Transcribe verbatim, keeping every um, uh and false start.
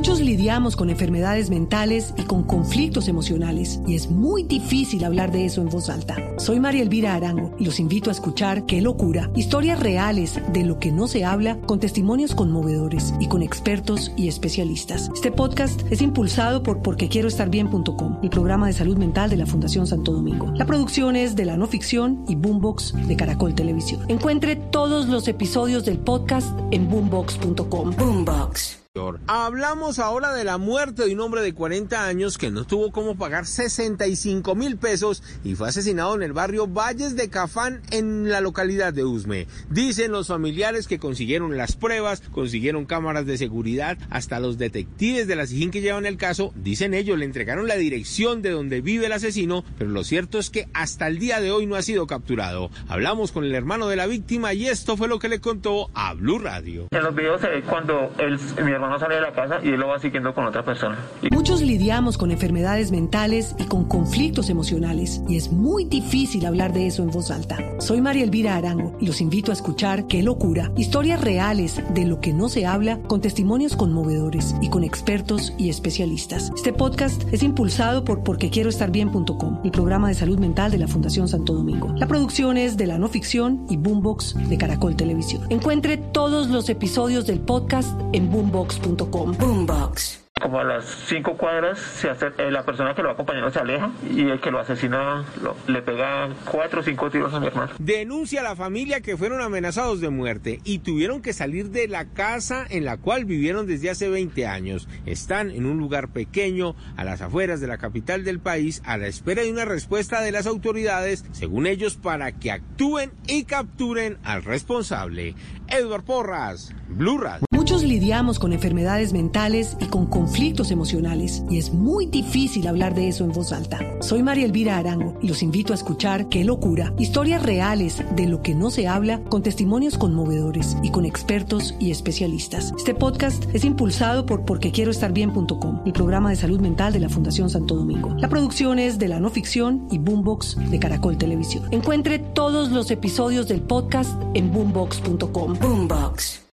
Muchos lidiamos con enfermedades mentales y con conflictos emocionales, y es muy difícil hablar de eso en voz alta. Soy María Elvira Arango y los invito a escuchar Qué locura, historias reales de lo que no se habla, con testimonios conmovedores y con expertos y especialistas. Este podcast es impulsado por porque quiero estar bien punto com, el programa de salud mental de la Fundación Santo Domingo. La producción es de La No Ficción y Boombox de Caracol Televisión. Encuentre todos los episodios del podcast en boombox punto com. Boombox. Hablamos ahora de la muerte de un hombre de cuarenta años que no tuvo cómo pagar sesenta y cinco mil pesos y fue asesinado en el barrio Valles de Cafán, en la localidad de Usme. Dicen los familiares que consiguieron las pruebas, consiguieron cámaras de seguridad, hasta los detectives de la SIJIN que llevan el caso, dicen ellos, le entregaron la dirección de donde vive el asesino, pero lo cierto es que hasta el día de hoy no ha sido capturado. Hablamos con el hermano de la víctima y esto fue lo que le contó a Blue Radio. En los videos se ve cuando él, mi hermano no sale de la casa y él lo va siguiendo con otra persona. Muchos lidiamos con enfermedades mentales y con conflictos emocionales, y es muy difícil hablar de eso en voz alta. Soy María Elvira Arango y los invito a escuchar Qué locura, historias reales de lo que no se habla, con testimonios conmovedores y con expertos y especialistas. Este podcast es impulsado por porque quiero estar bien punto com, el programa de salud mental de la Fundación Santo Domingo. La producción es de La No Ficción y Boombox de Caracol Televisión. Encuentre todos los episodios del podcast en boombox punto com. Boombox. Como a las cinco cuadras se hace, eh, la persona que lo va acompañando se aleja y el que lo asesina lo, le pega cuatro o cinco tiros a mi hermano. Denuncia a la familia que fueron amenazados de muerte y tuvieron que salir de la casa en la cual vivieron desde hace veinte años. Están en un lugar pequeño a las afueras de la capital del país a la espera de una respuesta de las autoridades, según ellos, para que actúen y capturen al responsable. Edward Porras, Blue Radio. Muchos lidiamos con enfermedades mentales y con conflictos emocionales, y es muy difícil hablar de eso en voz alta. Soy María Elvira Arango y los invito a escuchar Qué locura, historias reales de lo que no se habla, con testimonios conmovedores y con expertos y especialistas. Este podcast es impulsado por porque quiero estar bien punto com, el programa de salud mental de la Fundación Santo Domingo. La producción es de La No Ficción y Boombox de Caracol Televisión. Encuentre todos los episodios del podcast en boombox punto com. Boombox.